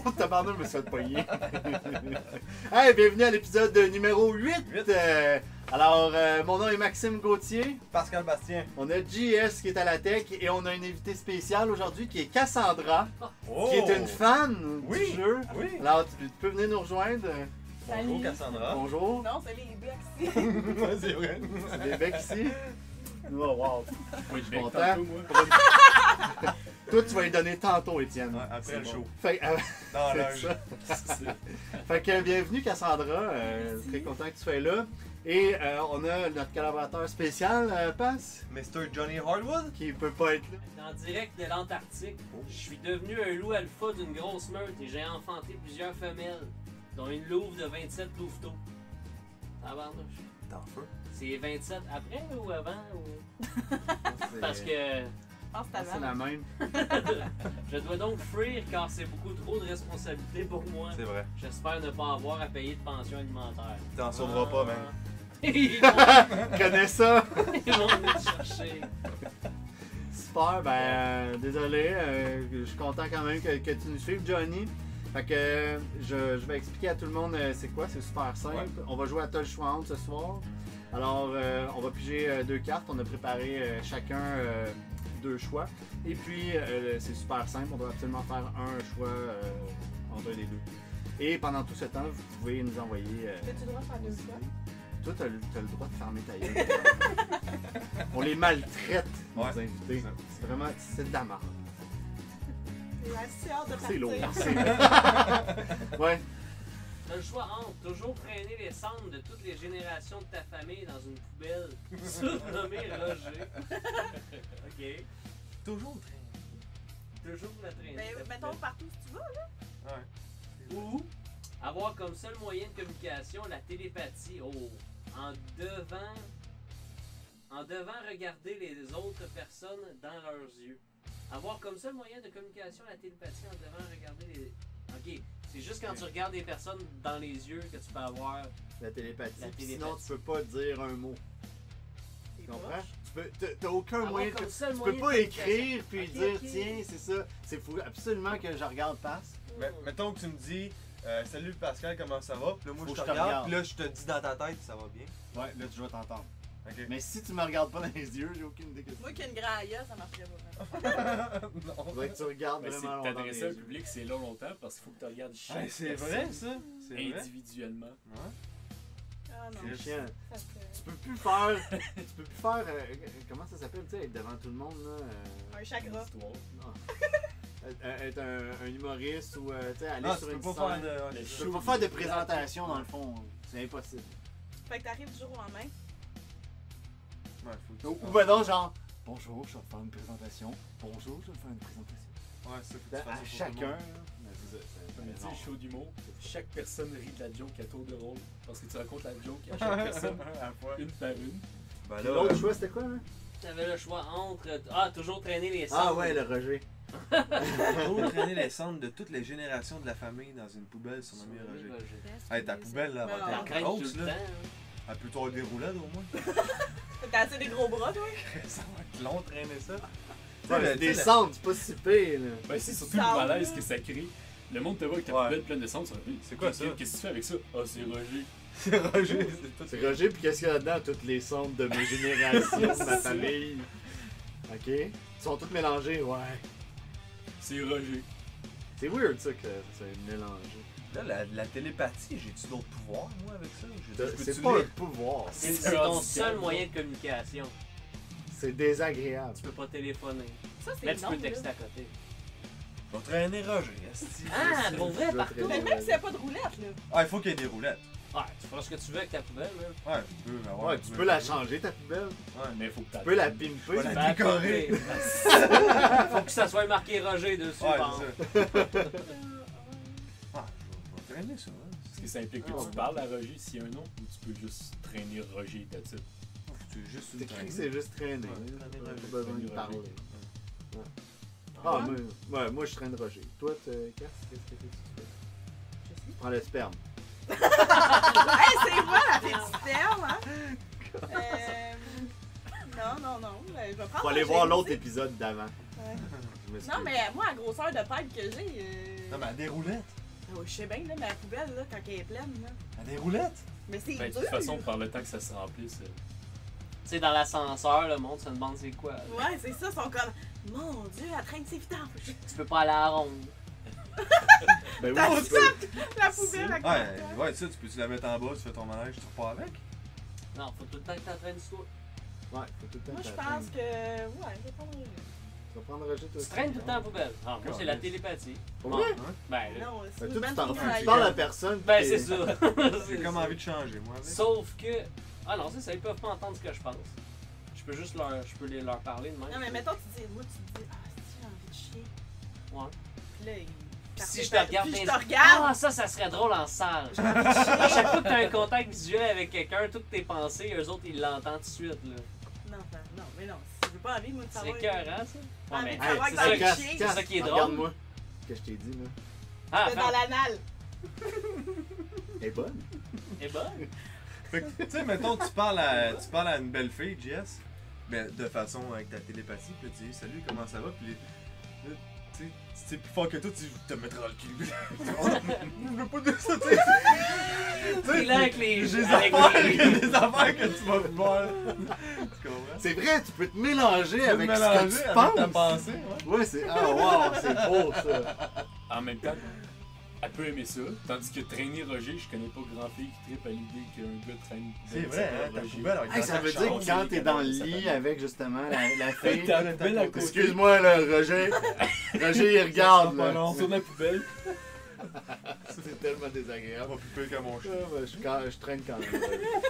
Oh, tabarnak, je me suis fait pogner. Hey, bienvenue à l'épisode numéro 8. Alors, mon nom est Maxime Gauthier. Pascal Bastien. On a JS qui est à la tech et on a une invitée spéciale aujourd'hui qui est Cassandra, qui est une fan du jeu. Oui. Alors, tu peux venir nous rejoindre. Bonjour Salut. Cassandra. Bonjour. Non, c'est les becs ici. Ouais, c'est vrai. C'est des becs ici. Oh, wow. Oui, je suis content. tantôt, moi. Toi, tu vas lui donner tantôt, Étienne. Ouais, après le C'est show. Fait, Non, c'est là, ça. Fait que bienvenue Cassandra, très content que tu sois là. Et on a notre collaborateur spécial, Pass, Mr. Johnny Hardwood. qui peut pas être là. En direct de l'Antarctique, je suis devenu un loup alpha d'une grosse meute et j'ai enfanté plusieurs femelles, dont une louve de 27 louveteaux. Tabarnouche. T'es en feu. C'est 27 après ou avant ou... Parce que Je pense que C'est la même. je dois donc fuir car c'est beaucoup trop de responsabilité pour moi. C'est vrai. J'espère ne pas avoir à payer de pension alimentaire. T'en sauveras pas, man. Ils Connais ça? vont venir te chercher. Super, ben désolé, je suis content quand même que tu nous suives, Johnny. Fait que je vais expliquer à tout le monde c'est quoi, c'est super simple. Ouais. On va jouer à Touch Round ce soir. Alors, on va piger deux cartes, on a préparé chacun deux choix. Et puis, c'est super simple, on doit absolument faire un choix entre les deux. Et pendant tout ce temps, vous pouvez nous envoyer... As-tu le droit de faire deux fois? Toi, t'as le droit de fermer ta gueule. On les maltraite, nos Ouais, invités. c'est ça. C'est vraiment, c'est de la marde. J'ai assez hâte de partir. C'est lourd. Ouais. T'as le choix entre toujours traîner les cendres de toutes les générations de ta famille dans une poubelle, surnommée Roger. Ok. Toujours traîner. Toujours la traîner. Ben, mettons partout si tu vas, là. Ouais. Ou avoir comme seul moyen de communication la télépathie. Oh, en devant regarder les autres personnes dans leurs yeux. Avoir comme seul moyen de communication la télépathie en devant regarder les... Ok, c'est juste quand tu regardes des personnes dans les yeux que tu peux avoir... La télépathie. La Puis télépathie. Sinon, tu peux pas dire un mot. C'est Tu comprends? proche. T'as aucun Avoir moyen. comme seul Tu moyen peux de pas communication. écrire puis Ok, dire ok. tiens, c'est ça. C'est fou. Absolument que je regarde passe. Mettons que tu me dis salut Pascal, comment ça va? Puis là, moi, Faut je que te je te regarde. regarde. Puis là, je te dis dans ta tête ça va bien. Ouais, là, tu vas t'entendre. Ok. Mais si tu me regardes pas dans les yeux, j'ai aucune idée que Moi qui ai une grande gueule, ça marcherait pas. Non. Faudrait que tu regardes Mais si vraiment longtemps dans les t'adresser à un yeux. public, c'est longtemps parce qu'il faut que tu regardes chaque Hey, c'est personne vrai, ça. C'est vrai. individuellement. Ouais. Ah non. C'est chiant. Ça serait... Tu peux plus faire. Comment ça s'appelle, tu sais, être devant tout le monde, là. Un chakra. Histoire. Non. Être un humoriste ou tu sais, aller Non, sur tu une peux pas scène. faire de. Le Tu show. peux pas faire de présentation dans le fond, c'est impossible. Fait que t'arrives du jour au lendemain. Ouais, faut que Ou tu ben non, genre, bonjour, je vais faire une présentation. Bonjour, je vais faire une présentation. Ouais, ça, faut que tu À fasses ça pour tout le chacun. monde. Ben, c'est ça, Comme mais tu sais, non. le show d'humour, chaque personne rit de la joke à tour de rôle. Parce que tu racontes la joke à chaque personne, À la fois. une par une. Ben Puis là, l'autre choix, c'était quoi, là? T'avais le choix entre... toujours traîner les Ah cendres. ouais, le Roger. toujours traîner les cendres de toutes les générations de la famille dans une poubelle surnommée Roger. Hey, ta poubelle là, Ben va non. T'en être crains tout grosse le temps. là. hein. Elle peut avoir des roulades au moins. T'as assez des gros bras, toi? Ça va être long de traîner ça. Ouais, le- c'est des tu sais, cendres, c'est pas si pire, là. Ben, c'est surtout Cendre, le malaise là. que ça crée. Le monde te voit avec ta Ouais. poubelle pleine de cendres, ça va dire, C'est quoi ça? Qu'est-ce que tu fais avec ça? Ah, c'est Roger. C'est Roger, c'est tout. C'est Roger, puis qu'est-ce qu'il y a là-dedans? Toutes les cendres de mes générations, de ma famille. Ok? Ils sont toutes mélangées, ouais. C'est Roger. C'est weird, ça, que ça soit mélangé. Là, la télépathie, j'ai-tu d'autres pouvoirs, moi, avec ça? Je peux-tu C'est pas un lire? pouvoir, C'est C'est ton handicap, seul là. moyen de communication. c'est désagréable. Tu peux pas téléphoner. Ça, c'est Mais tu non, peux là. texter à côté. Je vais traîner Roger, esti. Ah, pour vrai, Je dois partout. traîner. Mais même s'il n'y a pas de roulette, là. Ah, il faut qu'il y ait des roulettes. Ouais, tu feras ce que tu veux avec ta poubelle, là. Ouais, tu peux, mais ouais. Ouais, tu peux la changer, ta poubelle. Ouais. Mais faut que Tu peux la pimper. pimper. Voilà. Ben, décorer. Faut que ça soit marqué Roger dessus. Ouais, bon. c'est ça. Ah, je vais traîner ça. Hein. Est-ce que ça implique que Ah, tu parles à Roger s'il y a un nom ou tu peux juste traîner Roger that's it? C'est juste C'est une écrit traînée. que c'est juste traîner. Ouais, là. traîner T'as Roger. pas besoin de Traîner parler. Roger. Ah, moi, je traîne Roger. Toi, Cass, qu'est-ce que tu fais? Je sais. Prends le sperme. Hey, c'est moi la petite ferme, hein? Non. Ben, je vais prendre Faut aller Roger voir l'autre aussi. épisode d'avant. Ouais. Je m'excuse. Non, mais moi, la grosseur de pipe que j'ai, Non, mais à des roulettes. Oh, je sais bien, là, mais la poubelle, là, quand elle est pleine, là. À des roulettes. Mais c'est Ben, de dur. toute façon, par le temps que ça se remplisse. Tu sais, dans l'ascenseur, le monde se demande c'est quoi. là. Ouais, c'est ça, ils sont comme. Mon Dieu, elle traîne ses vidanges. Tu peux pas aller à la ronde. Ben T'as oui, vu tu peux. La poubelle, la Ouais, ça, tu peux-tu la mettre en bas, tu fais ton manège, tu repars avec? Non, faut tout le temps que t'entraînes sur toi. Ouais, faut tout le temps Moi, je que pense t'atteignes. que. Ouais, je vais prendre un. Tu vas prendre Roger, toi Tu traînes tout le temps en poubelle. Ah, moi, c'est la télépathie. Pour Bon, vrai? ben, là. Non, Ben, c'est toi, une tu bonne t'en tournée fous. à Tu la parles à gueule. personne. Ben, puis c'est t'es- ça. J'ai comme envie de changer, moi, avec. Sauf que. Ah non, c'est ça, ils peuvent pas entendre ce que je pense. Je peux juste leur parler de même. Non, mais mettons, tu dis. Moi, tu te dis. Ah, si j'ai envie de chier. Ouais. Puis là, il. Puis si je te regarde Puis je dans te les- regarde. Ah, ça serait drôle en salle. J'ai envie de À chier. chaque fois que t'as un contact visuel avec quelqu'un, toutes tes pensées, eux autres, ils l'entendent tout de suite, là. Non, non, mais non. Si tu veux pas envie, moi, de C'est savoir. écœurant, ça? Ah, Ouais, mais mais tu vas voir c'est que ça, dans le Casse, chien, casse, c'est ça qui est drôle. Regarde-moi. Ce que je t'ai dit, là. Ah, c'est dans l'anal. Elle est bonne. elle est bonne. Fait que, tu sais, mettons, tu parles à une belle fille, Jess, ben, de façon avec ta télépathie, puis tu dis salut, comment ça va, puis là, tu sais, si c'est plus fort que toi, tu te mettras le cul. Je veux pas dire ça, tu sais. Il est avec les J'ai avec des affaires que tu vas voir. Tu comprends? C'est vrai, tu peux te mélanger Tu peux avec te ce mélanger que tu avec ta penses. pensée, ouais. Ouais, c'est. Ah, wow, c'est beau, ça. En même temps, elle peut aimer ça. Tandis que traîner Roger, je connais pas grand fille qui trippe à l'idée qu'un gars traîne. C'est vrai, hein, ta poubelle avec Hey, ça veut dire que quand t'es dans le lit avec justement la fille. T'as la poubelle à côté. Excuse-moi, là, Roger. Roger, il regarde, là. Sur la poubelle. C'est tellement désagréable. Pas plus pire que mon chien. Ah, ben, je traîne quand même.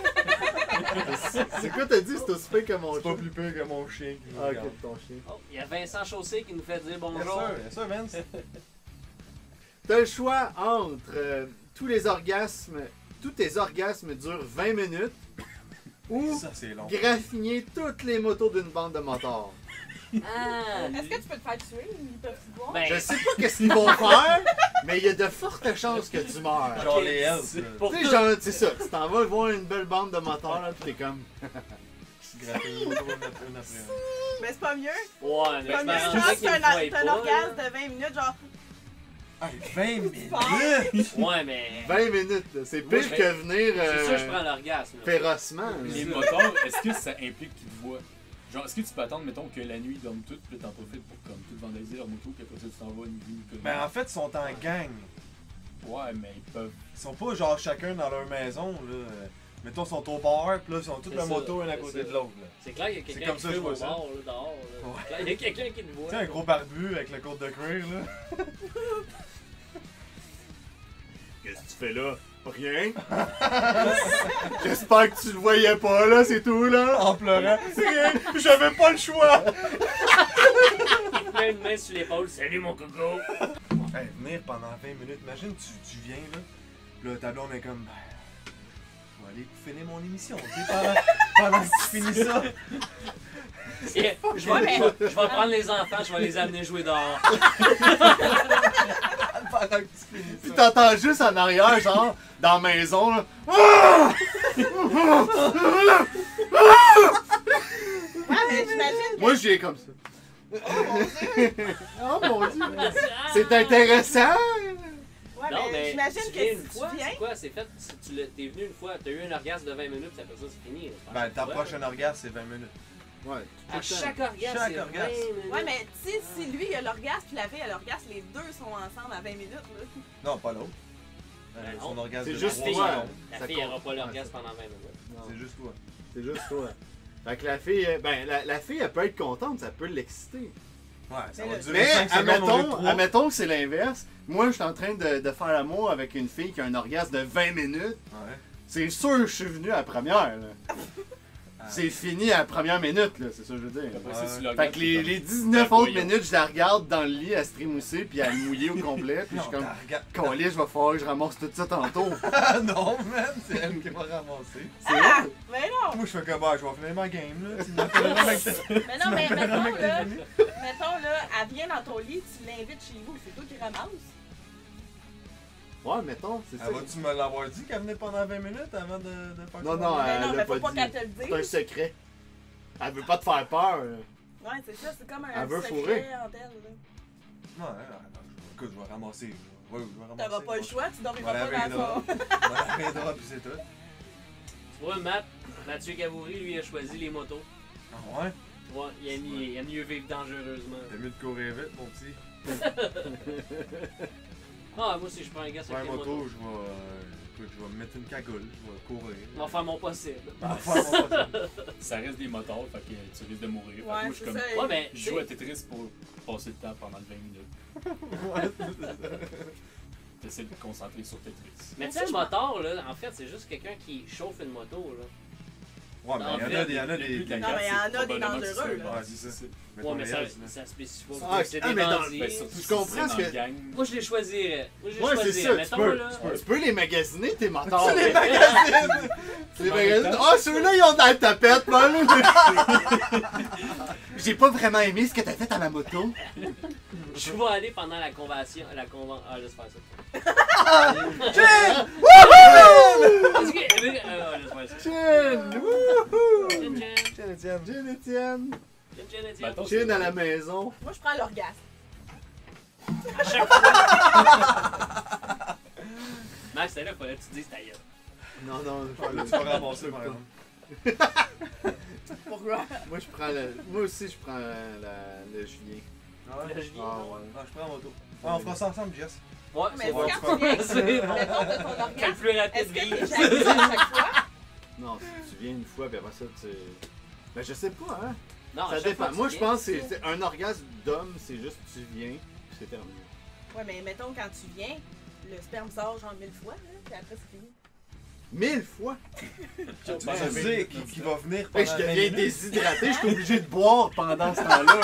C'est quoi t'as dit? C'est aussi pire que mon C'est pas chien? plus pire que mon chien qui nous Ah, regarde. ok, ton chien. Oh, il y a Vincent Chaussé qui nous fait dire Bien bonjour. sûr, bien sûr, Vince. T'as le choix entre tous tes orgasmes durent 20 minutes ou Ça, c'est long. graffiner toutes les motos d'une bande de motards. Ah, Est-ce que tu peux te faire tuer ou ils peuvent te voir? ben, Je sais pas qu'est-ce qu'ils vont faire, mais il y a de fortes chances que tu meurs. Genre Ok, les Hells. c'est là. pour Tu sais, tout. genre, c'est ça, tu t'en vas voir une belle bande de motards, là, pis t'es comme... Gratter une moto une après une. Mais c'est pas mieux. Ouais, mais C'est je pas mieux. m'arrangerais qu'ils me voient T'as un pas. orgasme là. de 20 minutes, genre. Ah, 20 minutes! Ouais, mais. 20 minutes, là. C'est Moi, pire je- que venir C'est sûr, je prends l'orgasme. là. férocement. là. Les moteurs, est-ce que ça implique qu'ils te voient? Genre, est-ce que tu peux attendre, mettons, que la nuit ils dorment toutes, puis là, t'en profites pour comme tout vandaliser leur moto, puis après ça, tu t'en vas une nuit comme Ben en fait, ils sont en gang. Ouais, mais ils peuvent. Ils sont pas genre chacun dans leur maison, là. Mettons, ils sont au bar, pis là, ils sont toutes C'est la ça, moto un à c'est côté ça. de l'autre, là. C'est clair, il y a C'est quelqu'un comme qui ça, je fume vois au ça. bord, là, dehors. Là. Ouais. C'est clair, il y a quelqu'un qui te voit. Tu sais, un gros barbu avec la côte de cuir, là. Qu'est-ce que tu fais là? Rien. J'espère que tu le voyais pas, là, c'est tout, là. En pleurant. Rien, j'avais pas le choix! Il te met une main sur l'épaule. Salut mon coco. Hey, venir pendant 20 minutes, imagine, tu viens, là. Pis là, ta blonde est comme. Ben, je vais aller finir mon émission, tu sais, pendant que tu finis ça. Et je vais prendre les enfants, je vais les amener jouer dehors. Pendant que tu finis Pis ça. t'entends juste en arrière, genre, dans la maison, là. Ah! Ah, mais j'imagine. Moi, j'y ai comme ça. Oh mon dieu. C'est intéressant. Ouais, Non, mais mais j'imagine tu que viens si une fois, tu viens. c'est quoi? C'est fait, si t'es venu une fois, t'as eu un orgasme de 20 minutes, puis après ça, c'est fini. là. Ben, ta Ouais. prochaine orgasme, c'est 20 minutes. Ouais. À chaque orgasme, Chaque c'est orgasme. 20 minutes. Ouais, mais si lui il a l'orgasme puis la fille a l'orgasme, les deux sont ensemble à 20 minutes. Là. Non, pas l'autre. Ben Son non. orgasme C'est de juste 3 toi. secondes. La Ça fille compte. n'aura pas Ouais, l'orgasme ça- pendant 20 minutes. C'est juste toi. C'est juste toi. Fait que la fille, ben, la fille, elle peut être contente, ça peut l'exciter. Ouais, ça Mais va le- durer Mais 5 secondes au lieu de admettons, 3. admettons que c'est l'inverse. Moi, je suis en train de faire l'amour avec une fille qui a un orgasme de 20 minutes. Ouais. C'est sûr que je suis venu à la première. Là. C'est fini à la première minute, là, c'est ça que je veux dire. Après ça, Ouais. si le Fait que les 19 Ben, autres voyons. minutes, je la regarde dans le lit à se trémousser puis à le mouiller au complet. Puis je Non, suis comme, regarde. calé, je vais falloir que je ramasse tout ça tantôt. Ah non, man, c'est elle qui va ramasser. C'est Ah! vrai? Mais non! Moi, je fais comme, bah, je vais finir ma game, là. Tu m'appelleras avec ta- Mais non, mais tu m'appelleras avec ta mettons génie. là, elle vient dans ton lit, tu l'invites chez vous, c'est toi qui ramasses. Ouais, mettons, c'est ça. Ah, vas-tu me l'avoir dit qu'elle venait pendant 20 minutes avant de faire Non, ça? non, Mais elle non, l'a mais faut pas pas dit. qu'elle te le C'est un dise. secret. Elle veut pas te faire peur. Ouais, c'est ça, c'est comme un Elle veut secret fourrer. entre elles. Là. Ouais, écoute, je vais ramasser. Ouais, je vais ramasser. T'auras pas le choix, tu dormiras Voilà, pas dans son. Voilà, un drap, puis c'est tout. Tu vois, Mathieu Gavouri, lui, a choisi les motos. Ah ouais? Ouais, il a mieux vivre dangereusement. T'as mieux de courir vite, mon petit. Ah, moi, si je prends un gars sur Ouais, les moto, motos, je vais me mettre une cagoule, je vais courir. je vais faire mon possible. Je vais faire mon possible. Ça reste des motards, fait que tu risques de mourir. Fait que Ouais, moi, je suis c'est comme. ça. Ouais, mais Je joue à Tetris pour passer le temps pendant le 20 minutes. Ouais, c'est ça. T'essaies de te concentrer sur Tetris. Mais tu sais, le moteur, là, en fait, c'est juste quelqu'un qui chauffe une moto, là. Ouais, mais En il y en a Le but de la des. Non, mais il y en a carte, c'est des probablement que dangereux, c'est là. Ouais, c'est ça. Mais Ouais, ton mais meilleur, ça spécifie pas Ah, que c'est ah, des mais dans- bandits. Ben, surtout Je si comprends c'est ce dans que- le gang. Moi, je les choisirais. Moi, je les Ouais, c'est choisirais. ça, Mettons, tu là. peux les magasiner, tes motards. Tu les magasines! Tu les magasines. Ah, ceux-là, ils ont dans la tapette, man! J'ai pas vraiment aimé ce que t'as fait à ma moto. Je vais aller pendant la convention. Ah, laisse faire ça. Est-ce que. Laisse faire ça. Chin! Wouhou! Chin, chin. Chin, Étienne. Chin, Étienne. Chin, chin, Ben, Étienne. attends, Chin à la maison. Moi, je prends l'orgasme. À chaque fois. Max, c'est là, fallait que tu dises ta gueule. Non, non, Là, tu vas ramasser, par exemple. Pourquoi? Moi aussi, je prends le juillet. Ah Le ouais? juillet, Ah, non? ouais. Ah, je prends la moto. Ouais, on fera ça ensemble, Jess. Ouais, Mais c'est bon, quand tu tu viens, C'est bon. mettons de ton Quel orgasme, plus rapide est-ce que vivre. t'éjacules à chaque fois? Non, tu viens une fois, puis après ça, tu. Ben, je sais pas, hein. Non, à Ça chaque dépend. fois que Moi, tu je viens, pense que c'est un orgasme d'homme, c'est juste tu viens, puis c'est terminé. Ouais, mais mettons quand tu viens, le sperme sort genre 1000 fois, là, puis après c'est fini. 1000 fois! Tu vas dire qu'il va venir Hey, pendant je 20 deviens minutes. déshydraté, je suis obligé de boire pendant ce temps-là.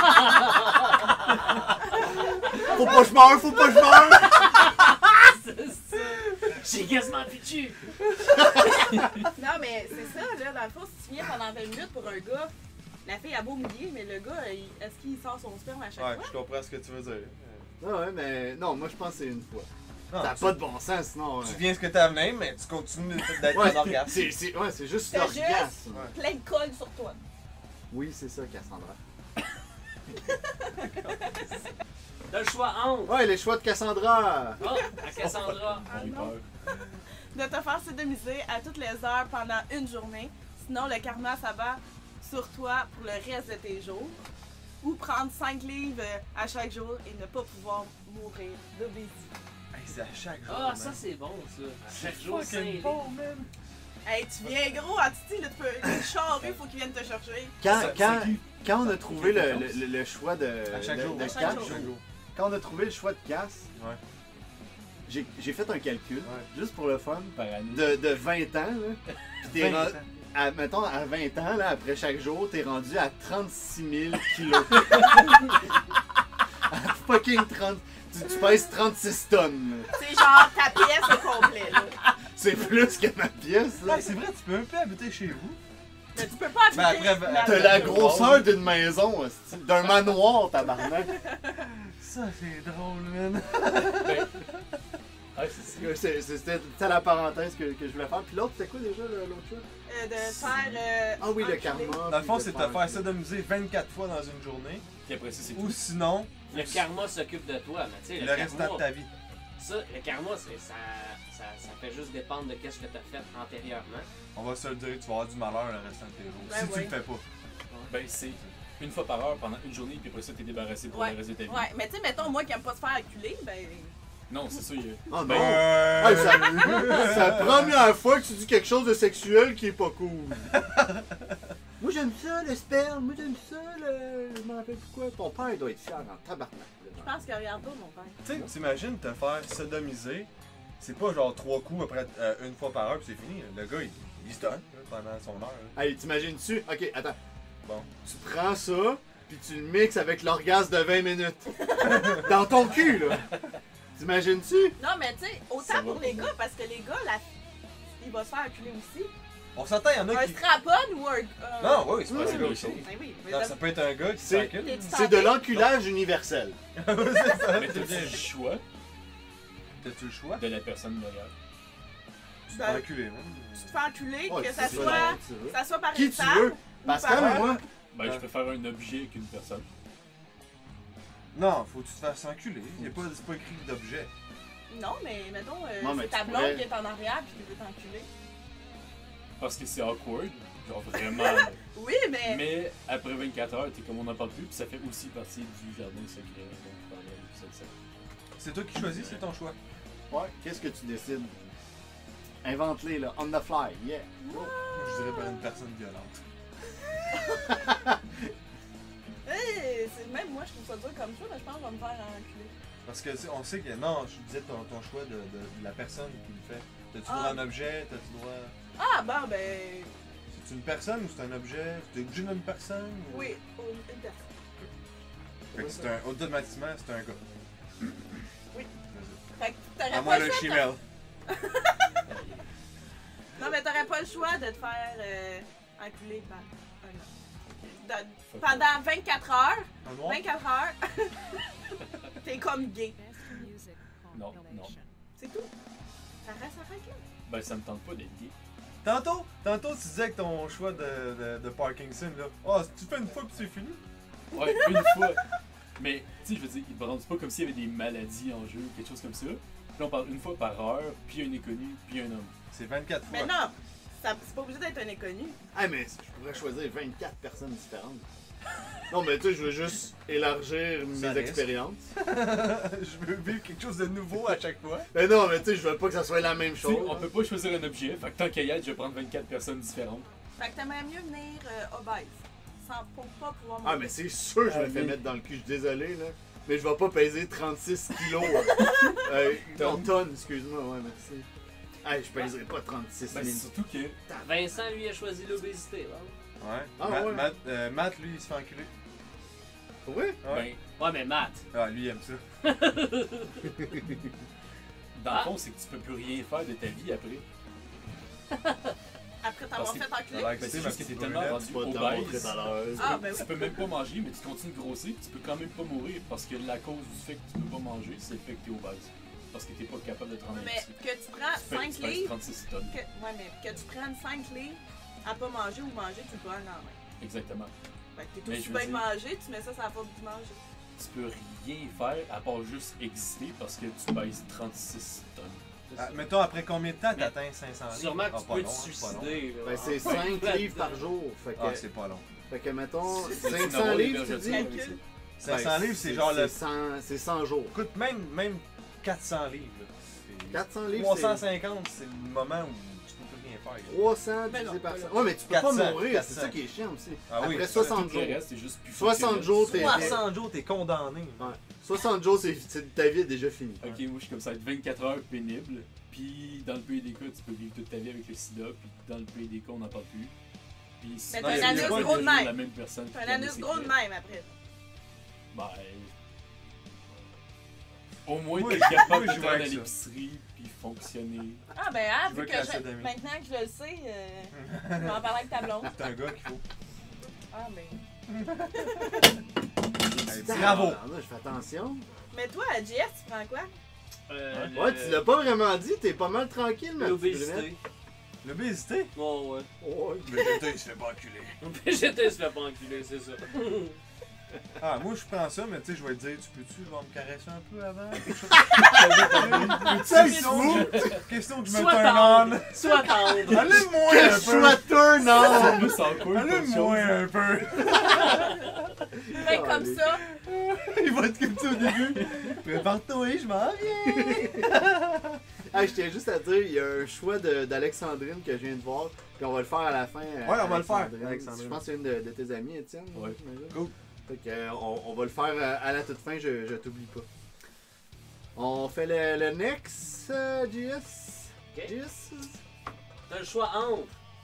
Faut pas que je meure, faut pas que je meure! C'est ça. J'ai quasiment plus de jus. Non, mais c'est ça, là, dans le fond, si tu viens pendant 20 minutes pour un gars, la fille a beau mouiller, mais le gars, est-ce qu'il sort son sperme à chaque Ouais, fois? je comprends ce que tu veux dire. Ah ouais, mais non, moi je pense que c'est une fois. Non, Ça n'a pas de bon sens sinon. tu viens ce que t'as amené, mais tu continues d'être Ouais, un orgasme. c'est juste C'est l'orgasme. Ouais. Plein de colle sur toi. Oui, c'est ça, Cassandra. T'as le choix entre. Ouais, les choix de Cassandra! Oh, à Cassandra. Ah On a eu non. peur. De te faire sodomiser à toutes les heures pendant une journée, sinon le karma s'abat sur toi pour le reste de tes jours. Ou prendre 5 livres à chaque jour et ne pas pouvoir mourir d'obésité. Hey, c'est à chaque jour. Ah, man. ça c'est bon ça. À chaque jour, Fucking 5 livres. bon, man. Hey, tu viens gros à Titi, là, tu peux. Le charrue, faut qu'il vienne te chercher. Quand on a trouvé le choix de, À chaque jour. de À chaque casse, jour. quand on a trouvé le choix de casse, Ouais. j'ai fait un calcul, Ouais. juste pour le fun, Par année. de 20 ans, là. Puis t'es 20 rendu, ans. mettons, à 20 ans, là, après chaque jour, t'es rendu à 36 000 kilos. À fucking 30... Tu pèses 36 tonnes. là. C'est genre ta pièce au complet, là. C'est plus que ma pièce, là. Ouais, c'est vrai, tu peux un peu habiter chez vous. Mais tu peux pas habiter. Ben après, T'as la grosseur d'une maison, hostie. D'un manoir, tabarnak. Ça, c'est drôle, man. Ouais, c'est ça. C'était la parenthèse que je voulais faire. Puis l'autre, c'était quoi déjà, l'autre choix? De faire. Ah oui, le enculer. karma. Dans le fond, puis c'est de te faire sodomiser 24 fois dans une journée. Puis après ça, c'est Ou tout. sinon, Le karma s'occupe de toi, mais tu sais, le restant de karma, ta vie. ça, le karma, ça fait juste dépendre de qu'est-ce que tu as fait antérieurement. On va se le dire, tu vas avoir du malheur le restant de tes jours. Ben Si tu ouais. le fais pas. Ben, c'est une fois par heure pendant une journée, puis après ça, t'es débarrassé pour Ouais. le reste de ta vie. Ouais, mais tu sais, mettons, moi qui aime pas se faire acculer, ben. Non, c'est ça. Oh non! Ben, Hey, c'est la première fois que tu dis quelque chose de sexuel qui est pas cool. Moi j'aime ça le sperme, moi j'aime ça le. Je m'en rappelle pourquoi. Ton père il doit être fier en tabarnak. Je pense que regarde pas, mon père. Tu sais, t'imagines te faire sodomiser, c'est pas genre 3 coups après une fois par heure puis c'est fini. Le gars, il se donne là, pendant son heure. là. Hey, t'imagines-tu? Ok, attends. Bon. Tu prends ça, puis tu le mixes avec l'orgasme de 20 minutes. Dans ton cul, là. T'imagines-tu? Non, mais tu sais, Ça autant va pour pour les moi. gars, parce que les gars, il va se faire acculer aussi. On s'entend, il y en a Un qui. strap-on ou un. Non, oui, c'est pas Oui, la oui, même oui. chose. Ben oui, mais Non, ça peut être un gars qui C'est- s'encule. T'es-tu C'est de tenté? l'enculage universel. C'est ça. Mais t'as-tu le choix T'as-tu le choix? de la personne derrière? Tu te Ben, fais enculer, man. Tu te fais enculer, Ouais, que tu ça fais soit, ça comme tu veux. ça soit par Qui une tu femme veux? ou Parce par que un- moi, Ben, je préfère un objet qu'une personne. Non, faut que tu te fasses enculer. C'est pas écrit d'objet. Non, mais mettons, Non, mais c'est ta tu blonde pourrais- qui est en arrière puis qui veut t'enculer. Parce que c'est awkward. Genre vraiment. Oui, mais. Mais après 24 heures, t'es comme on n'en parle plus, puis ça fait aussi partie du jardin secret. Donc, je parlais de ça. C'est toi qui choisis, c'est ton choix. Ouais, qu'est-ce que tu décides? Invente-les, là, on the fly, yeah! Moi, je dirais par une personne violente. Hey, même moi, je trouve ça dur comme ça, mais je pense que je vais me faire enculer. Parce que on sait que. Non, je disais ton choix de la personne qui le fait. T'as-tu droit à un objet? T'as-tu droit. Ah, bon, ben. C'est une personne ou c'est un objet? T'es obligé d'une personne? Ou... Oui, une personne. Fait que c'est automatiquement, c'est un gars. Oui. Vas-y. Fait que t'aurais À pas moi le le choix. chimel. Non, mais t'aurais pas le choix de te faire enculer par un homme. Pendant 24 heures, Un noir? 24 heures, t'es comme gay. Non, non. C'est tout. Ça reste là. Ben, ça me tente pas d'être gay. Tantôt, tu disais que ton choix de Parkinson, là. Oh, si tu fais une fois puis c'est fini. Ouais, une fois. Mais, tu sais, je veux dire, c'est pas comme s'il y avait des maladies en jeu ou quelque chose comme ça. Puis on parle une fois par heure, puis un inconnu, puis un homme. C'est 24 fois. Mais non, c'est pas obligé d'être un inconnu. Ah, mais je pourrais choisir 24 personnes différentes. Non, mais tu sais, je veux juste élargir mes risque. expériences. Je veux vivre quelque chose de nouveau à chaque fois. Mais non, mais tu sais, je veux pas que ça soit la même Tu sais, chose. on peut pas choisir un objet, fait que tant qu'à y être, je vais prendre 24 personnes différentes. Fait que t'aimerais mieux venir obèse. Pour pas pouvoir Ah, manger. mais c'est sûr que je me Ah, fais mais- mettre dans le cul, je suis désolé, là. Mais je vais pas peser 36 kilos. Non, tonnes, excuse-moi, ouais, merci. Hey, je pèserai pas 36 Ben, 000. surtout que. Vincent, lui, a choisi l'obésité. Hein? Ouais. Ah, ouais. Matt, lui, il se fait enculer. Oui? Ouais. Ben, Ouais, mais Matt. Ah, lui, il aime ça. dans le fond, c'est que tu peux plus rien faire de ta vie après. Après t'avoir parce que- fait enculer. Ouais, Ben, c'est ma juste que t'es petite tellement brunette. rendu Tu vas te montrer obèse. tout à l'heure. Ah, ben oui. Tu peux même pas manger, mais tu continues de grossir, puis tu peux quand même pas mourir parce que la cause du fait que tu peux pas manger, c'est le fait que t'es obèse. Parce que t'es pas capable de te rendre Mais épicerie. que tu prends Tu pèses 5 livres. 36 tonnes. Ouais, mais que tu prennes 5 livres à pas manger ou manger, tu le prends un lendemain. Exactement. Fait que t'es Mais aussi je veux bien de dire- manger, tu mets ça sur la faute du manger. Tu peux rien faire à part juste exister parce que tu pèses 36 tonnes. C'est Ah, ça. mettons, après combien de temps t'atteins 500 livres? Sûrement que Ah, tu pas peux long, te hein, c'est pas long. suicider. là. Ben, c'est Ah, 5 ouais. livres par jour. Fait Ah, que, c'est pas long. fait que mettons, C'est- 500 livres, tu c'est- dis? c'est- Calcul. 500 Ben, livres, c'est genre le. C'est 100 jours. Écoute, même 400 livres. là, c'est- 400 livres, 350, c'est le moment où tu peux plus rien faire. gars. 300 Mais divisé non, par pas 100. là. Ouais, mais tu peux 400, pas mourir, 400. c'est ça qui est chiant aussi. Ah oui, Après ça, 60 Tout jours. le reste, c'est juste plus 60 fonctionnel. jours, t'es- 60 jours, t'es condamné. Ouais. 60 jours, ta vie est déjà finie. Ok, moi je suis comme ça, être 24 heures pénible. Puis dans le pays des cas, tu peux vivre toute ta vie avec le sida. Puis dans le pays des cas, on n'en parle plus. Puis sinon, t'as il y un a anus pas gros de toujours même. la même personne. T'as qui un garde anus des gros de secrets. même après. Ben. Au moins, Oui, t'es capable oui, de je te vois rendre à avec ça. l'épicerie. Puis fonctionner. Ah, ben, ah, Je vu veux que classer d'amis. maintenant que je le sais, je vais en parler avec ta blonde. C'est un gars qu'il faut. Ah, ben. Bravo! Je fais attention. Mais toi, à JS, tu prends quoi? Ouais, tu l'as pas vraiment dit, t'es pas mal tranquille, ma petite brunette. L'obésité. L'obésité? Oh, ouais. Ouais. Le Végéta, il se fait pas enculer. Végété se fait pas enculer, c'est ça. Ah, moi je prends ça, mais tu sais, je vais te dire, tu peux-tu genre, me caresser un peu avant? Quelque chose? Ça, Question que je me Sois turn tendre. on. Sois tendre. Allume-moi Quel un peu! choix turn on! Moi, c'est encore pas de Allume-moi chose. un peu! Fait comme ça, Il va être comme ça au début. Prépare-toi, je m'en viens! Ah, je tiens juste à dire, il y a un choix d'Alexandrine que je viens de voir, puis on va le faire à la fin. on va le faire, Alexandrine. Alexandrine. Je pense que c'est une de tes amies, Étienne. Ouais. j'imagine. Cool. Fait que, on va le faire à la toute fin, je t'oublie pas. On fait le next, JS. Ok. JS? T'as le choix entre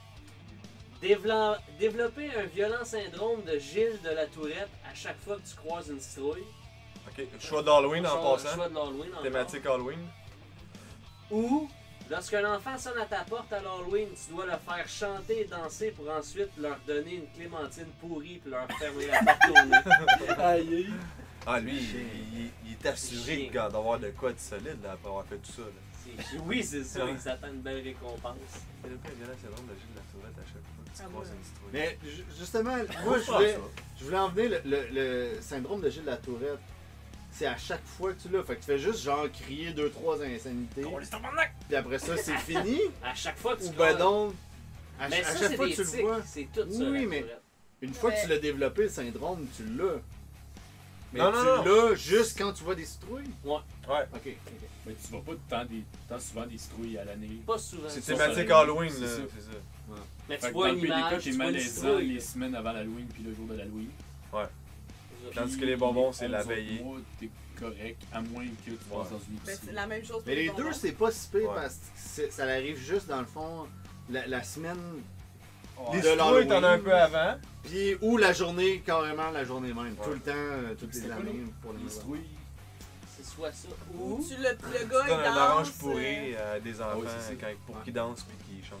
développer un violent syndrome de Gilles de la Tourette à chaque fois que tu croises une citrouille. Ok, choix d'Halloween en passant. Choix de l'Halloween encore. Thématique Halloween. Ou, lorsqu'un enfant sonne à ta porte à l'Halloween, tu dois le faire chanter et danser pour ensuite leur donner une clémentine pourrie puis leur fermer la porte au nez. Aïe. Ah, lui, il est assuré d'avoir de quoi de solide là, après avoir fait tout ça. Là. Oui, c'est ça, ils s'attendent une belle récompense. C'est le violent syndrome de Gilles de la Tourette à chaque fois que tu Ah, croises ouais. une citrouille. Mais justement, moi je voulais en venir le syndrome de Gilles de la Tourette. c'est à chaque fois que tu l'as. Fait que tu fais juste genre crier 2-3 insanités. Puis après ça, c'est fini. À chaque fois que tu Ou ben scrolles. non. À Mais ça, chaque c'est fois des que tu le tics, vois. c'est tout ça. Oui, la mais- tourette. Une fois que Ouais. tu l'as développé, le syndrome, tu l'as. Mais Non, tu non, non. l'as juste quand tu vois des citrouilles. Ouais. Ok. Mais tu vois pas tant souvent des citrouilles à l'année. Pas souvent. C'est Ça, thématique ça, Halloween, c'est là. ça. C'est ça. Mais Fait tu que vois dans une le pire des cas, image, t'es tu vois une malaisant citrouille. les semaines avant l'Halloween puis le jour de l'Halloween. Tandis que les bonbons, c'est la Onze autres veillée. mois, t'es correct, à moins que tu vas Ouais. dans une Ben, épicerie. c'est la même chose pour Mais les bonbons. deux, c'est pas si pire Ouais. parce que ça arrive juste dans le fond la semaine. Les de citrouilles, t'en as un l'Halloween. peu avant. Puis ou la journée, carrément la journée même. Ouais. Tout le temps, toutes C'est les quoi, années pour les Les maisons. citrouilles. C'est soit ça Ou ou. le gars, Tu il donnes un danse. orange pourri à des enfants ouais, c'est ça. pour Ouais. qu'ils dansent puis qu'ils chantent.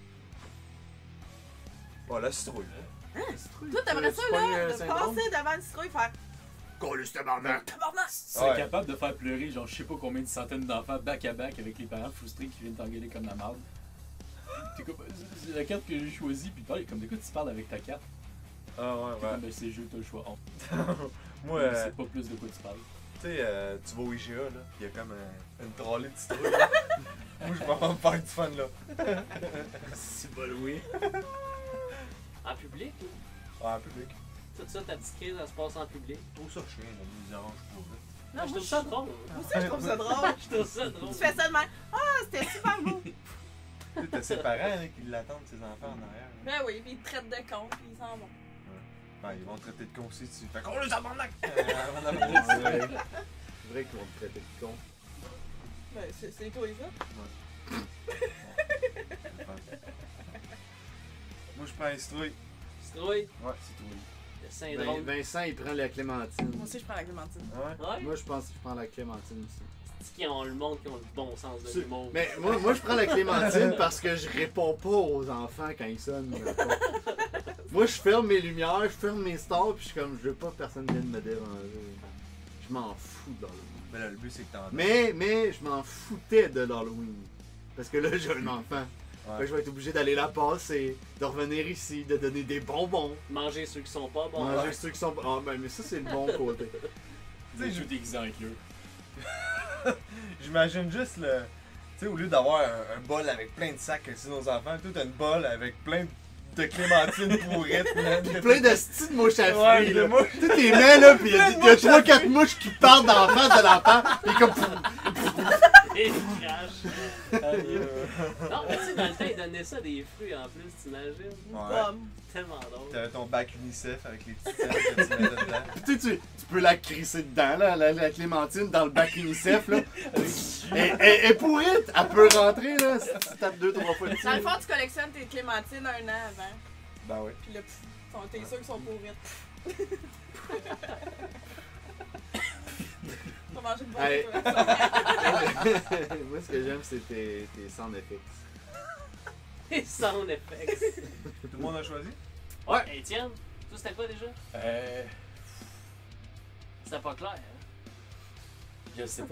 Bon, la citrouille. Toi, t'aimerais ça, là, de syndrome? passer devant une citrouille et faire Colle ce tabarnak! tabarnak! C'est Ouais. capable de faire pleurer, genre, je sais pas combien de centaines d'enfants back à back avec les parents frustrés qui viennent t'engueuler comme la marde. T'es comme, c'est la carte que j'ai choisie, puis pareil, comme de quoi tu parles avec ta carte. Ah ouais, T'es ouais. comme, ben, c'est jeu, t'as le choix. Moi, Je sais pas plus de quoi tu parles. tu sais, tu vas au IGA, là, pis y'a comme une trolley de citrouilles. là. Moi, je vais pas me faire du fun, là. C'est pas loué. En public, ou? Ah, en public. Tout ça, ta petite crise, elle se passe en public. Je trouve ça chien, là, les oranges pourries. Non, je moi, trouve ça drôle. Moi aussi, je trouve ça drôle. Je trouve ça drôle. Tu fais ça de même. Ah, c'était super beau. Tu sais, t'as ses parents là, qui l'attendent, ses enfants en arrière. là. Ben oui, puis ils te traitent de con, puis ils s'en vont. Ben, ils vont te traiter de con aussi dessus. Fait qu'on le tabarnak! C'est vrai qu'ils vont te traiter de con. Ben, c'est toi, ça. Moi, je prends une citrouille. Citrouille, Ouais. Citrouille. le syndrome. Vincent, il prend la clémentine. Moi aussi, je prends la clémentine. Ouais. Ouais, Moi, je pense que je prends la clémentine aussi. c'est qui ont le monde qui ont le bon sens de l'humour. Mais moi, je prends la clémentine parce que je réponds pas aux enfants quand ils sonnent. Moi, je ferme mes lumières, je ferme mes stars, puis je suis comme, je veux pas que personne vienne me déranger. Je m'en fous de l'Halloween. Mais là, le but, c'est que t'en Mais je m'en foutais de l'Halloween. Parce que là, j'ai un enfant. Fait que je vais être obligé d'aller la passer, de revenir ici, de donner des bonbons, Manger ceux qui sont pas bons. manger ceux qui sont. Ah, ben, mais ça, c'est le bon côté. Tu sais, je suis déguisé en éclure. J'imagine juste le. Tu sais, au lieu d'avoir un bol avec plein de sacs c'est nos enfants, toi, t'as une bol avec plein de clémentines pourrites, man. Plein de styles de mouches à Ouais, fruits, de là. mouches. Tu les mets là, pis il y a 3-4 mouches qui partent dans la face de l'enfant, pis comme. Et ils crachent. Non, mais tu sais, dans le temps, ils donnaient ça des fruits en plus, t'imagines? Une Ouais. pomme. Tellement drôle. T'avais ton bac UNICEF avec les petites selles que tu mettais dedans. Tu peux la crisser dedans, là, la clémentine, dans le bac UNICEF, là. Elle est pourrite, elle peut rentrer, là, si tu tapes 2-3 fois dessus. Dans le fond, tu collectionnes tes clémentines 1 an avant. Ben oui. Puis là, t'es sûr qu'ils sont pourrites. T'as mangé une bonne Hey. toi. Moi, ce que j'aime, c'est tes sound effects. Et sound effects. Tout le monde a choisi? Ouais, Étienne, toi c'était quoi déjà? C'était pas clair, hein? Je sais pas.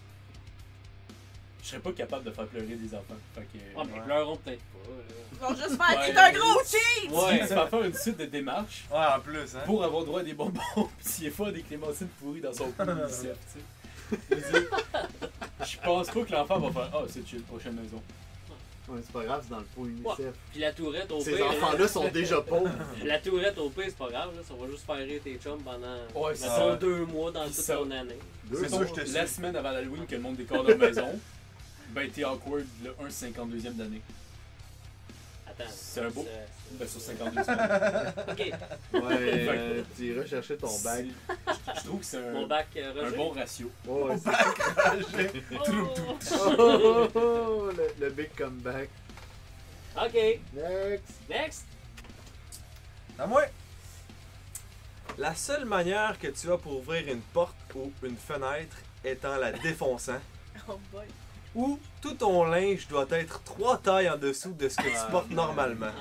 Je serais pas capable de faire pleurer des enfants. Fait que. Ouais, mais Ouais. ils pleureront peut-être pas, là. Ils vont juste faire Ouais. t'es un gros cheat! Ouais. Tu vas faire une suite de démarches Ouais, en plus, hein. pour avoir droit à des bonbons, pis s'il est pas des clémentines pourries dans son pool UNICEF, tu sais. Je veux dire, je pense pas que l'enfant va faire ah, c'est chill, prochaine maison. Ouais, c'est pas grave, c'est dans le pot UNICEF. Puis la tourette au Ces pire. enfants-là sont déjà pauvres. La tourette au pire, c'est pas grave, là. Ça va juste faire rire tes chums pendant. Ouais, mettons, ça. 2 mois dans Puis toute ça. ton année. Deux C'est sûr, mois. je te suis. La semaine avant l'Halloween que le monde décore leur maison, ben t'es awkward le 1,52e d'année. Attends. C'est un beau. c'est- Ben sur 52 semaines. Ok, Ouais, tu iras chercher ton bac. Je trouve que c'est mon un, bac un Roger. bon ratio. Oh, ouais, Oh! oh, le big comeback. Ok, Next. next. À moi! La seule manière que tu as pour ouvrir une porte ou une fenêtre est en la défonçant, Oh boy. ou tout ton linge doit être 3 tailles en dessous de ce que tu portes normalement.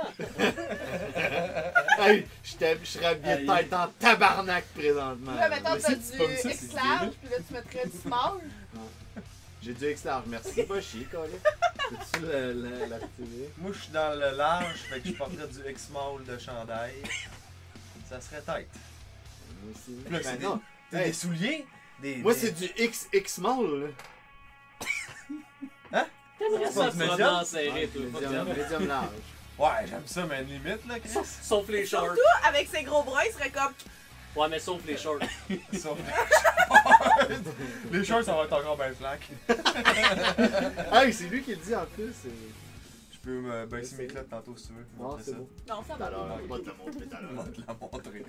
Hey, je serais habillé de tête en tabarnak présentement. Là, mettons, mais t'as si tu pommes ça, du c'est X-large, puis là, tu mettrais du small. J'ai du X-large, merci. Pas chier, quoi. Peux-tu l'activer? Moi, je suis dans le large, fait que je porterais du X-Mall de chandail. Ça serait tête. Moi aussi. Là, Ben c'est non. T'as Hey. des souliers? Moi, c'est du XX small, là. T'aimerais C'est ça pas te du promener médium? en serré, toi. pas de Médium, diable. médium large. Ouais, j'aime ça, mais une limite, là, Chris. Sauf les shorts. Surtout avec ses gros bras, il serait comme. Ouais, mais sauf les shorts. Sauf les shorts, ça va être encore bien flac. Hey, c'est lui qui le dit en plus. Je peux me baisser mes clottes tantôt si tu veux. Non, montrer c'est ça. beau. Non, ça Tout va. à l'heure, on va te le montrer tout à Je l'heure. vais te la montrer.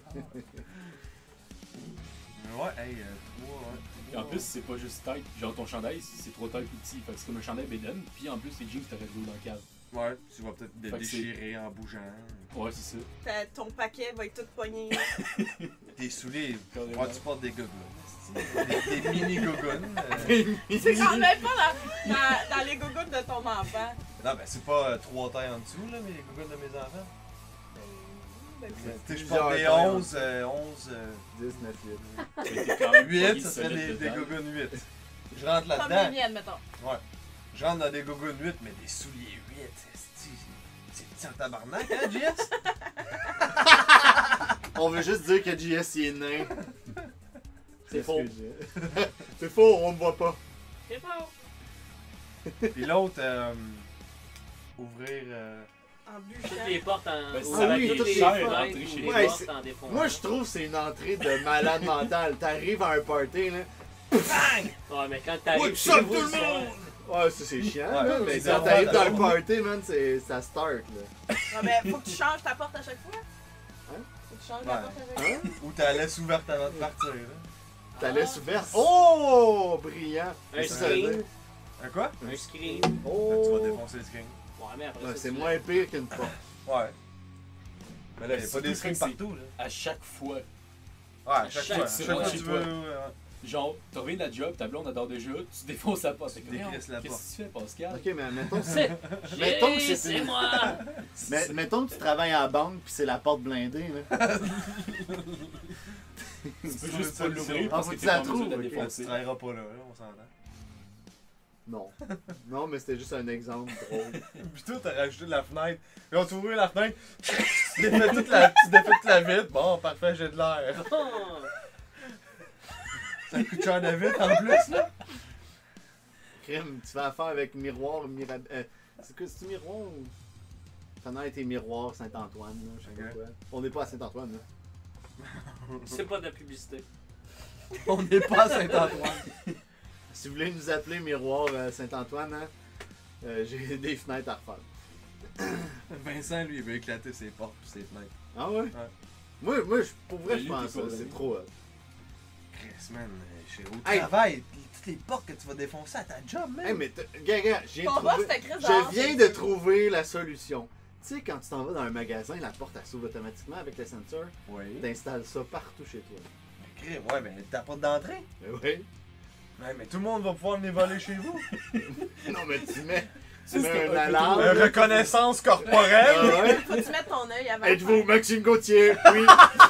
Mais ouais, hey, 3, ouais. Puis en plus, c'est pas juste taille. Genre ton chandail, c'est trop taille plus petit. Fait que c'est comme un chandail bédaine. Puis en plus, les jeans, t'aurais joué dans le cave. Ouais, tu vas peut-être Fait le que c'est- déchirer en bougeant. Ouais, c'est ça. Ton paquet va être tout pogné. Tes souliers, Carrément. ouais, tu portes des gogoons. Des mini gogoons. C'est quand même pas dans les gougounes de ton enfant. Non, ben c'est pas 3 tailles en dessous, là, mais les gogoons de mes enfants. Ben, Tu sais, je Plusieurs porte des tailles en 11, 11, 10, 9, 8. Mais t'es quand même 8, pogné ça serait solide des dedans. gogoons 8. Je rentre Comme les là-dedans. miennes, mettons. Ouais. Je rentre dans des gogoons 8, mais des souliers 8. C'est petit en tabarnak, hein, JS? On veut juste dire que JS il est nain. C'est faux. C'est faux, on me voit pas. C'est faux. Puis l'autre, ouvrir. En Toutes bûchant. les portes en. Ben, Ah oui, toutes toutes les les fenêtres, portes. ou les Ouais, portes c'est- en défense. Moi, je trouve que c'est une entrée de malade mental. T'arrives à un party, là. Bang! Ouais, mais quand Ouais, t'arrives tu chez sors vous, tout le soir, monde! Ouais, ça c'est chiant, Ouais, là, mais c'est quand t'arrives dans le normal. party, man, ça start, là. Ah, ben, faut que tu changes ta porte à chaque fois. Hein? Faut que tu changes Ouais. la porte à chaque fois. Hein? Ou ta laisse ouverte avant de partir, là. Ta laisse ouverte. Oh! Brillant! Un Ça, ça veut screen. dire- Un quoi? Un screen. Tu vas Oh! défoncer le screen. Ouais, mais après Ouais, ça, c'est tu moins pire qu'une porte. Ouais. Mais là, y'a pas Surtout des screens quand c'est- partout, là. À chaque fois. Ouais, à chaque chaque fois. fois, Chaque fois que chez tu toi. veux. Ouais. Genre, t'as reviens de la job, ta blonde adore déjà, tu défonces la porte. T'es comme, décrisses la Qu'est-ce porte. que tu fais, Pascal? Ok, mais mettons, C'est. Mettons que c'est C'est une- moi! mais, mettons que tu travailles à la banque pis c'est la porte blindée, là. Tu peux C'est juste une pas l'ouvrir Ah, parce faut que que t'es tu la pas en mesure de la trouves, ok. Tu défoncer. travailleras pas là, on s'entend. Non. Non, mais c'était juste un exemple drôle. Puis toi, t'as rajouté de la fenêtre. Puis on t'a ouvert la fenêtre. Tu défais toute la vitre. Bon, parfait, j'ai de l'air. Oh. Ça coûte cher de vitre en plus, là. Crème, tu fais affaire avec miroir, c'est quoi, c'est-tu miroir ou... Fenêtre et miroir Saint-Antoine, là, je sais pas Ok. quoi. On n'est pas à Saint-Antoine, là. C'est pas de la publicité. On n'est pas à Saint-Antoine. Si vous voulez nous appeler miroir Saint-Antoine, hein, j'ai des fenêtres à refaire. Vincent, lui, il veut éclater ses portes pis ses fenêtres. Ah ouais? Moi, pour vrai, Mais je lui, pense t'es pas ça, c'est vrai. trop hot. Chris, man, chez où Hey. tu travailles, toutes les portes que tu vas défoncer à ta job, man. Hey, mais gars, j'ai Ton trouvé... boss était Chris Je dehors, viens c'est de sûr. trouver la solution. Tu sais, quand tu t'en vas dans un magasin, la porte elle s'ouvre automatiquement avec le sensor. Oui. T'installes ça partout chez toi. Crime, ouais, mais ta porte d'entrée. Mais oui. Ouais, mais tout le monde va pouvoir venir voler chez vous. Non, mais tu mets Ça, c'était une un peu alarme. Reconnaissance corporelle. Ah ouais? Faut que tu mettes ton œil avant. Êtes-vous Maxime Gauthier? Oui.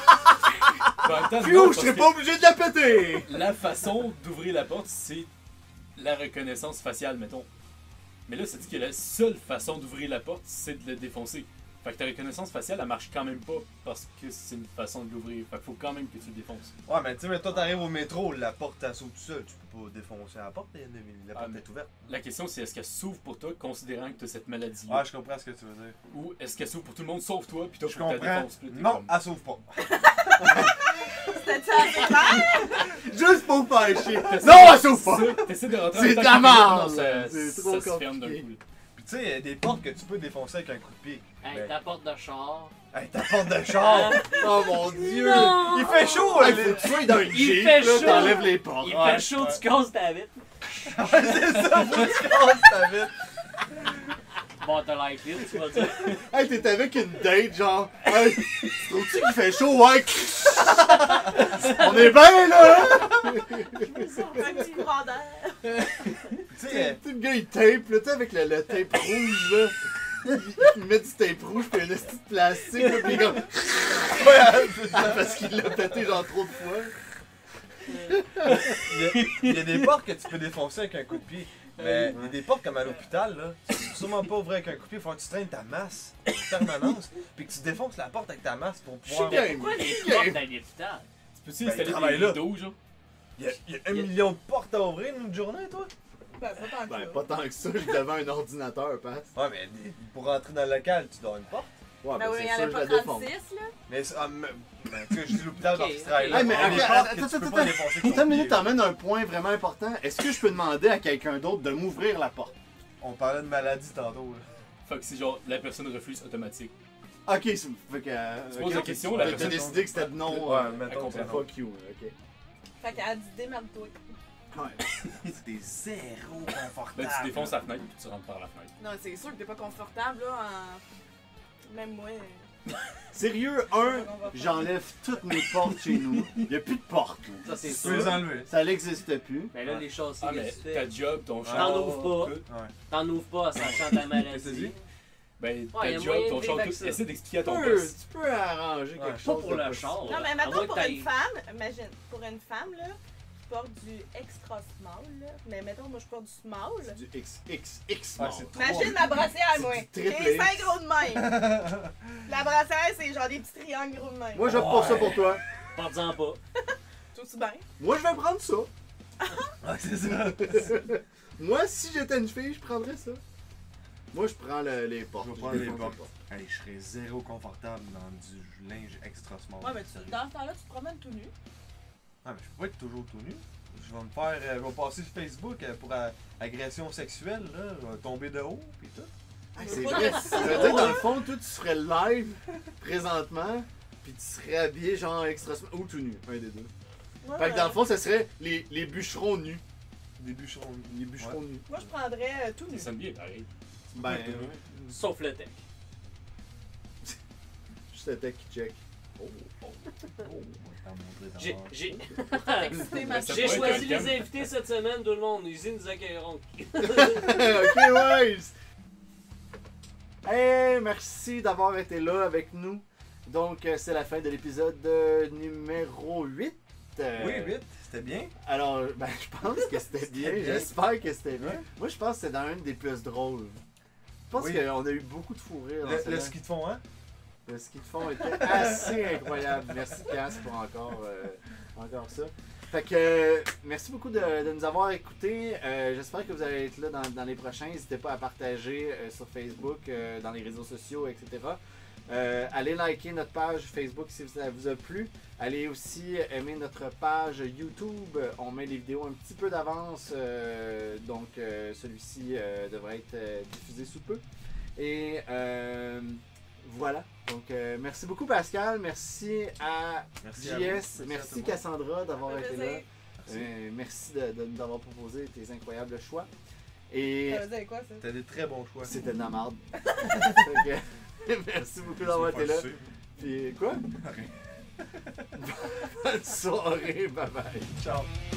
En même temps, Puis non, je parce serais que pas obligé de la péter! La façon d'ouvrir la porte, c'est la reconnaissance faciale, mettons. Mais là, ça dit que la seule façon d'ouvrir la porte, c'est de le défoncer. Fait que ta reconnaissance faciale, elle marche quand même pas parce que c'est une façon de l'ouvrir. Fait qu'il faut quand même que tu le défonces. Ouais, mais tu sais, mais toi, t'arrives au métro, la porte, elle saute tout seul. Tu peux pas défoncer la porte, la porte mais- est ouverte. La question, c'est est-ce qu'elle s'ouvre pour toi, considérant que tu as cette maladie Ah, je comprends ce que tu veux dire. ou est-ce qu'elle s'ouvre pour tout le monde sauf toi, puis toi, Je faut que tu la comprends. défonces. Puis là, t'es Non, comme- elle s'ouvre pas. C'était-tu assez clair? Juste pour faire chier. Non, elle s'ouvre pas! Ça, t'essaies de rentrer en C'est même de temps la que merde! non, ça- C'est trop ça se ferme d'un compliqué. coup. Puis tu sais, il y a des portes que tu peux défoncer avec un coup de pied. Hey, Mais- ta porte de char. Hey, ta porte de char! Oh mon dieu! Non! Il fait chaud, Hey, là! faut que tu sois dans une Il Jeep, fait là, chaud. t'enlèves les portes. Il Ouais, fait chaud, ouais. tu casses ta vitre. Ouais, c'est ça, faut que tu casses ta vitre. Bon, t'as like it, tu vas dire. Hey, t'es avec une date, genre, hey, trouves-tu qu'il fait chaud, ouais? On est bien, là! Un petit courant d'air. Tu sais, Tu sais, le gars, il tape, là, tu sais, avec le tape rouge, là. Il met du tape rouge pis un esti de plastique, là, pis il est comme... Parce qu'il l'a pété, genre, trop de fois. il y a des portes que tu peux défoncer avec un coup de pied. Mais il y a des portes comme à l'hôpital, là. Tu peux sûrement pas ouvrir avec un coup de pied, il faut que tu traînes ta masse en permanence. Puis que tu défonces la porte avec ta masse pour pouvoir. Je suis game. Pourquoi les Je suis portes game. à l'hôpital? Tu peux-tu Ben, installer il travaille des là. rideaux, genre? Il y a 1 million de portes à ouvrir une journée, toi? Ben, pas tant que Ben, ça. pas tant que ça, je devant un ordinateur, passe. Ouais, mais pour rentrer dans le local, tu dois avoir une porte. Ouais, Ben oui, c'est il y en sûr, a je pas la défonce. 36, là. Mais tu sais, je dis l'hôpital Ok, d'Orchestra. ok. Hey, mais Il y a des attends, portes que attends, tu peux attends, pas défoncer. Attends une minute, t'emmènes un point vraiment important. Est-ce que je peux demander à quelqu'un d'autre de m'ouvrir la porte? On parlait de maladie tantôt, là. Fait que c'est genre, la personne refuse automatique. Ok, c'est. Fait que. Tu poses la question, la la T'as personne. décidé que c'était de non. Ouais, mettons comprend que pas. Fuck you, ok. Fait qu'elle a dit démerde-toi. Ouais. T'es zéro Ben, confortable. tu défonces la fenêtre et tu rentres par la fenêtre. Non, c'est sûr que t'es pas confortable, là, en... Même moi. Sérieux, j'enlève toutes mes portes chez nous. Il a plus de portes. Là. Ça, c'est Tu peux les sûr. enlever. Ça n'existe plus. Mais là, les châssis, Ah, mais qu'est-ce que tu ta fais? job, ton Ouais. char. T'en ouvres pas. tout. Ouais. T'en ouvres pas, sachant ta Qu'est-ce que maladie. tu dis? Ben, Ouais, y ta a job, moyen ton de char, vivre tout. avec ça. Essaie d'expliquer à ton Tu boss. peux arranger Ouais. quelque Pas chose. pour de le possible. char. Non, mais À maintenant, moins que pour t'ailles- une femme, imagine, pour une femme, là, qui porte du extra small, là. Mais mettons, moi, je porte du small. C'est du XXX Ouais, small. c'est trop. Imagine ma brassière, C'est moi. du J'ai triple les X. seins gros de même. La brassière, c'est genre des petits triangles gros de même. Moi, j'opte pour ça pour toi. Porte-en pas. Tout bien. Moi, je vais prendre ça. Ouais, c'est ça. Moi, si j'étais une fille, je prendrais ça. Moi, je prends les portes. Je vais prendre les défonce portes. Hey, je serais zéro confortable dans du linge extra small. Ouais, mais dans ce temps-là, tu te promènes tout nu. Ah, mais je peux pas être toujours tout nu. Je vais me faire. Je vais passer sur Facebook pour agression sexuelle, là. Je vais tomber de haut, pis tout. Ah, c'est vrai. Ça veut dire, dans le fond, toi, tu serais live présentement, puis tu serais habillé genre extra ou tout nu, un des deux. Ouais, Fait que dans le fond, ça serait les bûcherons nus. Des bûcherons. Les bûcherons nus. Moi, je prendrais tout nu. Ça sonne bien pareil. Ben, Sauf le tech. juste le tech qui check. Oh, je vais t'en montrer J'ai- d'abord. J'ai Excité, ma Ça j'ai pourrait être choisi un les invités cette semaine, tout le monde. Usine nous accueilleront. Ok, ouais. Hey, merci d'avoir été là avec nous. Donc, c'est la fin de l'épisode numéro 8. Oui, vite, c'était bien. Alors, ben, je pense que c'était bien. bien. J'espère que c'était bien. Ouais. Moi, je pense que c'est dans un des plus drôles. Je pense Oui. qu'on a eu beaucoup de fou rire dans Le celle-là. ski de fond, hein? Le ski de fond était assez incroyable. Merci Cass pour encore ça. Fait que merci beaucoup de nous avoir écoutés. J'espère que vous allez être là dans les prochains. N'hésitez pas à partager sur Facebook, dans les réseaux sociaux, etc. Allez liker notre page Facebook si ça vous a plu. Allez aussi aimer notre page YouTube. On met les vidéos un petit peu d'avance. Donc celui-ci devrait être diffusé sous peu. Et voilà. Donc merci beaucoup Pascal. Merci à Merci à vous. JS. à Merci tout le monde. Cassandra d'avoir Ça fait été là. plaisir. Merci. Merci de nous avoir proposé tes incroyables choix. Et Ça veut dire quoi, ça? T'as des très bons choix. c'était de la merde. Fait que, merci beaucoup d'avoir été là. Puis quoi? Rien. Bonne soirée, bye bye. Ciao.